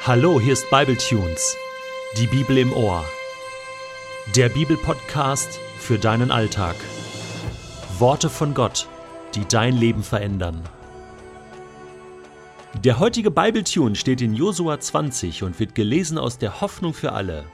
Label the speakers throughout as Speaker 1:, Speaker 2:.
Speaker 1: Hallo, hier ist Bibletunes, die Bibel im Ohr. Der Bibelpodcast für deinen Alltag. Worte von Gott, die dein Leben verändern. Der heutige Bibletune steht in Josua 20 und wird gelesen aus der Hoffnung für alle.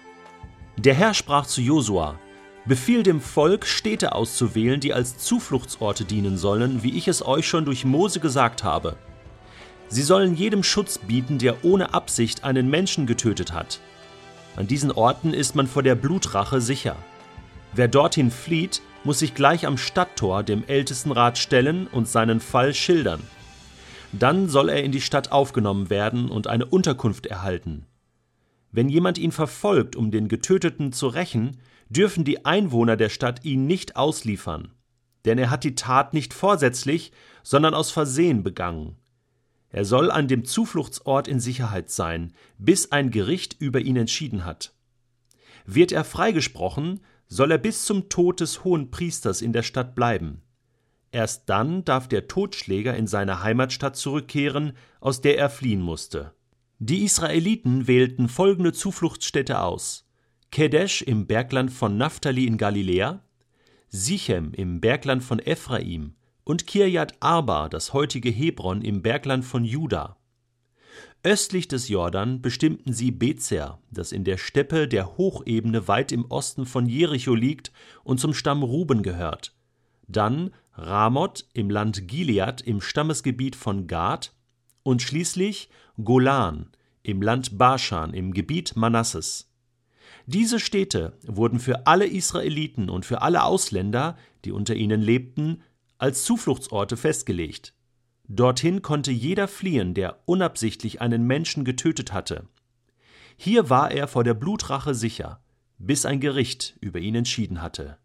Speaker 1: Der Herr sprach zu Josua: Befiehl dem Volk, Städte auszuwählen, die als Zufluchtsorte dienen sollen, wie ich es euch schon durch Mose gesagt habe. Sie sollen jedem Schutz bieten, der ohne Absicht einen Menschen getötet hat. An diesen Orten ist man vor der Blutrache sicher. Wer dorthin flieht, muss sich gleich am Stadttor dem Ältestenrat stellen und seinen Fall schildern. Dann soll er in die Stadt aufgenommen werden und eine Unterkunft erhalten. Wenn jemand ihn verfolgt, um den Getöteten zu rächen, dürfen die Einwohner der Stadt ihn nicht ausliefern. Denn er hat die Tat nicht vorsätzlich, sondern aus Versehen begangen. Er soll an dem Zufluchtsort in Sicherheit sein, bis ein Gericht über ihn entschieden hat. Wird er freigesprochen, soll er bis zum Tod des Hohenpriesters in der Stadt bleiben. Erst dann darf der Totschläger in seine Heimatstadt zurückkehren, aus der er fliehen musste. Die Israeliten wählten folgende Zufluchtsstädte aus: Kedesh im Bergland von Naphtali in Galiläa, Sichem im Bergland von Ephraim und Kirjat Arba, das heutige Hebron, im Bergland von Juda. Östlich des Jordan bestimmten sie Bezer, das in der Steppe der Hochebene weit im Osten von Jericho liegt und zum Stamm Ruben gehört. Dann Ramoth im Land Gilead im Stammesgebiet von Gad und schließlich Golan im Land Baschan im Gebiet Manasses. Diese Städte wurden für alle Israeliten und für alle Ausländer, die unter ihnen lebten, als Zufluchtsorte festgelegt. Dorthin konnte jeder fliehen, der unabsichtlich einen Menschen getötet hatte. Hier war er vor der Blutrache sicher, bis ein Gericht über ihn entschieden hatte.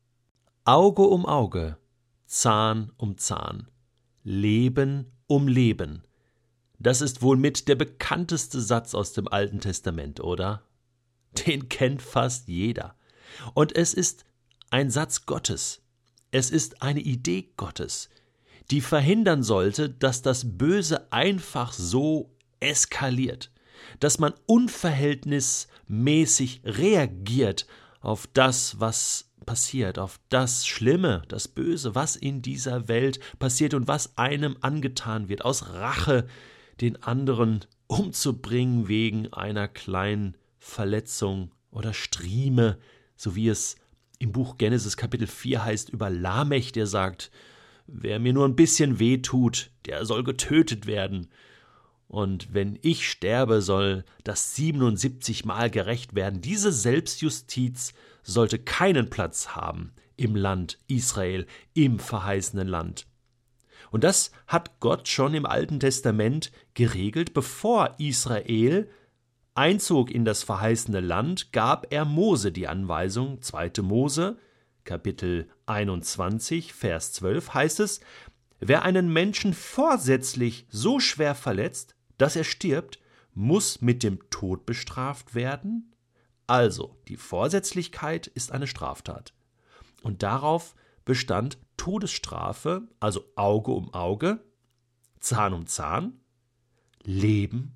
Speaker 1: Auge um Auge, Zahn um Zahn, Leben um Leben. Das ist wohl mit der bekannteste Satz aus dem Alten Testament, oder? Den kennt fast jeder. Und es ist ein Satz Gottes. Es ist eine Idee Gottes, die verhindern sollte, dass das Böse einfach so eskaliert, dass man unverhältnismäßig reagiert auf das, was passiert, auf das Schlimme, das Böse, was in dieser Welt passiert und was einem angetan wird, aus Rache den anderen umzubringen wegen einer kleinen Verletzung oder Strieme, so wie es im Buch Genesis Kapitel 4 heißt über Lamech, der sagt: Wer mir nur ein bisschen weh tut, der soll getötet werden. Und wenn ich sterbe, soll das 77 Mal gerächt werden. Diese Selbstjustiz sollte keinen Platz haben im Land Israel, im verheißenen Land. Und das hat Gott schon im Alten Testament geregelt. Bevor Israel einzog in das verheißene Land, gab er Mose die Anweisung. 2. Mose, Kapitel 21, Vers 12 heißt es: Wer einen Menschen vorsätzlich so schwer verletzt, dass er stirbt, muss mit dem Tod bestraft werden. Also, die Vorsätzlichkeit ist eine Straftat. Und darauf bestand Todesstrafe, also Auge um Auge, Zahn um Zahn, Leben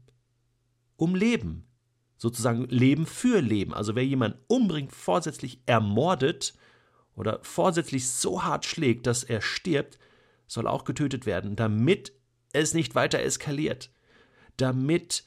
Speaker 1: um Leben. Sozusagen Leben für Leben. Also wer jemanden umbringt, vorsätzlich ermordet oder vorsätzlich so hart schlägt, dass er stirbt, soll auch getötet werden, damit es nicht weiter eskaliert, damit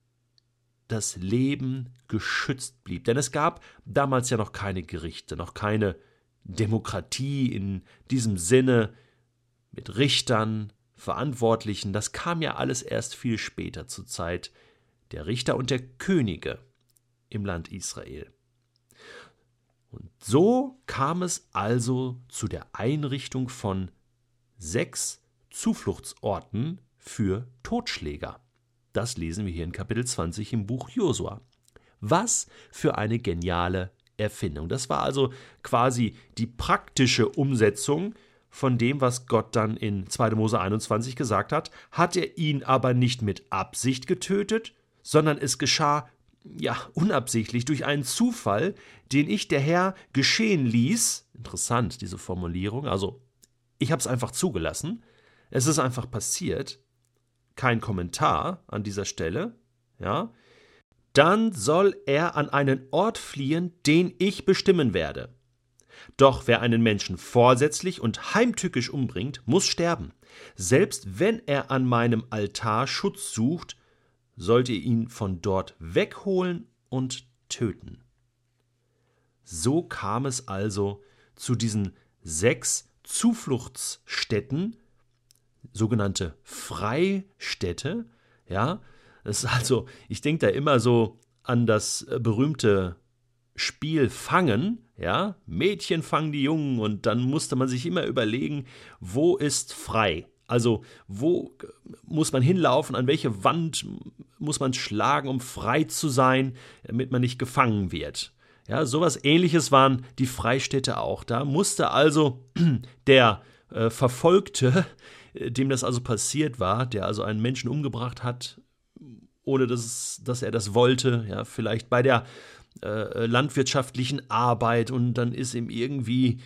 Speaker 1: das Leben geschützt blieb. Denn es gab damals ja noch keine Gerichte, noch keine Demokratie in diesem Sinne mit Richtern, Verantwortlichen. Das kam ja alles erst viel später zur Zeit der Richter und der Könige im Land Israel. Und so kam es also zu der Einrichtung von 6 Zufluchtsorten für Totschläger. Das lesen wir hier in Kapitel 20 im Buch Josua. Was für eine geniale Erfindung. Das war also quasi die praktische Umsetzung von dem, was Gott dann in 2. Mose 21 gesagt hat. Hat er ihn aber nicht mit Absicht getötet, sondern es geschah unabsichtlich durch einen Zufall, den ich, der Herr, geschehen ließ. Interessant, diese Formulierung. Also, ich habe es einfach zugelassen. Es ist einfach passiert. Kein Kommentar an dieser Stelle. ja, dann soll er an einen Ort fliehen, den ich bestimmen werde. Doch wer einen Menschen vorsätzlich und heimtückisch umbringt, muss sterben. Selbst wenn er an meinem Altar Schutz sucht, sollt ihr ihn von dort wegholen und töten. So kam es also zu diesen 6 Zufluchtsstätten, sogenannte Freistädte, ja. Das ist also, ich denke da immer so an das berühmte Spiel Fangen, ja. Mädchen fangen die Jungen und dann musste man sich immer überlegen, wo ist frei? Also, wo muss man hinlaufen, an welche Wand muss man schlagen, um frei zu sein, damit man nicht gefangen wird. Ja, sowas Ähnliches waren die Freistädte auch. Da musste also der Verfolgte, dem das also passiert war, der also einen Menschen umgebracht hat, ohne dass er das wollte, ja, vielleicht bei der landwirtschaftlichen Arbeit und dann ist ihm irgendwie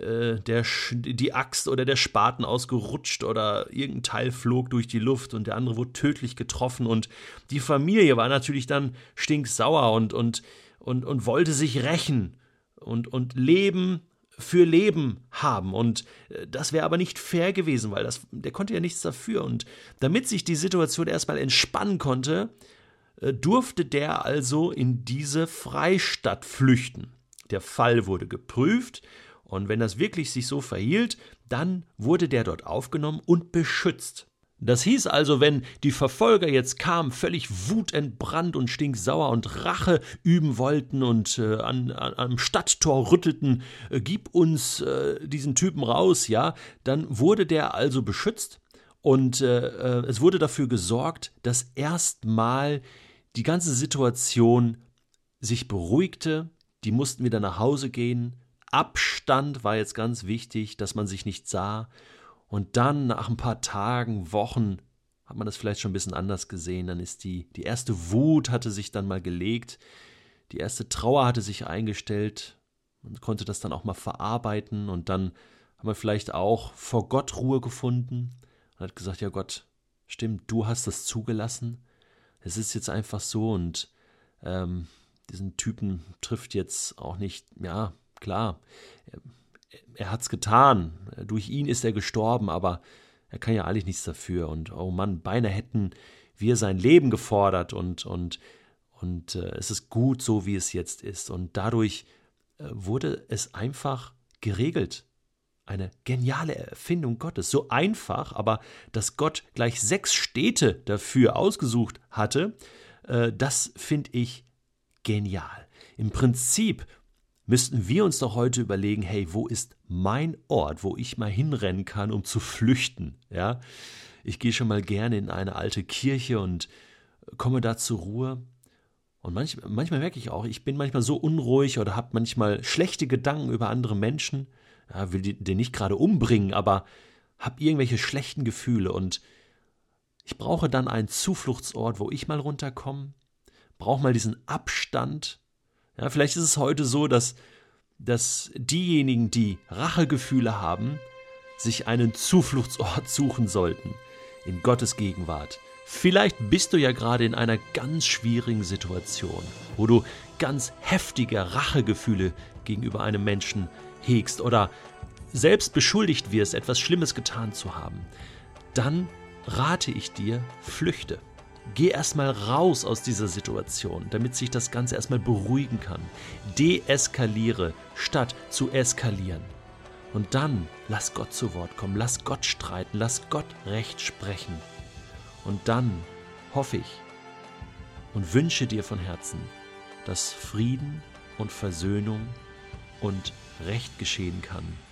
Speaker 1: die Axt oder der Spaten ausgerutscht oder irgendein Teil flog durch die Luft und der andere wurde tödlich getroffen und die Familie war natürlich dann stinksauer und wollte sich rächen und Leben für Leben haben und das wäre aber nicht fair gewesen, weil der konnte ja nichts dafür und damit sich die Situation erstmal entspannen konnte, durfte der also in diese Freistadt flüchten. Der Fall wurde geprüft und wenn das wirklich sich so verhielt, dann wurde der dort aufgenommen und beschützt. Das hieß also, wenn die Verfolger jetzt kamen, völlig wutentbrannt und stinksauer und Rache üben wollten und am Stadttor rüttelten, gib uns diesen Typen raus, ja, dann wurde der also beschützt und es wurde dafür gesorgt, dass erstmal die ganze Situation sich beruhigte, die mussten wieder nach Hause gehen, Abstand war jetzt ganz wichtig, dass man sich nicht sah. Und dann nach ein paar Tagen, Wochen, hat man das vielleicht schon ein bisschen anders gesehen. Dann ist die erste Wut hatte sich dann mal gelegt, die erste Trauer hatte sich eingestellt. Man konnte das dann auch mal verarbeiten und dann hat man vielleicht auch vor Gott Ruhe gefunden und hat gesagt, ja Gott, stimmt, du hast das zugelassen. Es ist jetzt einfach so und diesen Typen trifft jetzt auch nicht, ja, klar, er hat's getan, durch ihn ist er gestorben, aber er kann ja eigentlich nichts dafür und oh Mann, beinahe hätten wir sein Leben gefordert und es ist gut so, wie es jetzt ist und dadurch wurde es einfach geregelt. Eine geniale Erfindung Gottes, so einfach, aber dass Gott gleich 6 Städte dafür ausgesucht hatte, das finde ich genial. Im Prinzip müssten wir uns doch heute überlegen, hey, wo ist mein Ort, wo ich mal hinrennen kann, um zu flüchten? Ja? Ich gehe schon mal gerne in eine alte Kirche und komme da zur Ruhe. Und manchmal merke ich auch, ich bin manchmal so unruhig oder habe manchmal schlechte Gedanken über andere Menschen. Ja, will den nicht gerade umbringen, aber habe irgendwelche schlechten Gefühle. Und ich brauche dann einen Zufluchtsort, wo ich mal runterkomme, brauche mal diesen Abstand. Ja, vielleicht ist es heute so, dass diejenigen, die Rachegefühle haben, sich einen Zufluchtsort suchen sollten in Gottes Gegenwart. Vielleicht bist du ja gerade in einer ganz schwierigen Situation, wo du ganz heftige Rachegefühle gegenüber einem Menschen hegst oder selbst beschuldigt wirst, etwas Schlimmes getan zu haben. Dann rate ich dir, flüchte. Geh erstmal raus aus dieser Situation, damit sich das Ganze erstmal beruhigen kann. Deeskaliere, statt zu eskalieren. Und dann lass Gott zu Wort kommen, lass Gott streiten, lass Gott Recht sprechen. Und dann hoffe ich und wünsche dir von Herzen, dass Frieden und Versöhnung und Recht geschehen kann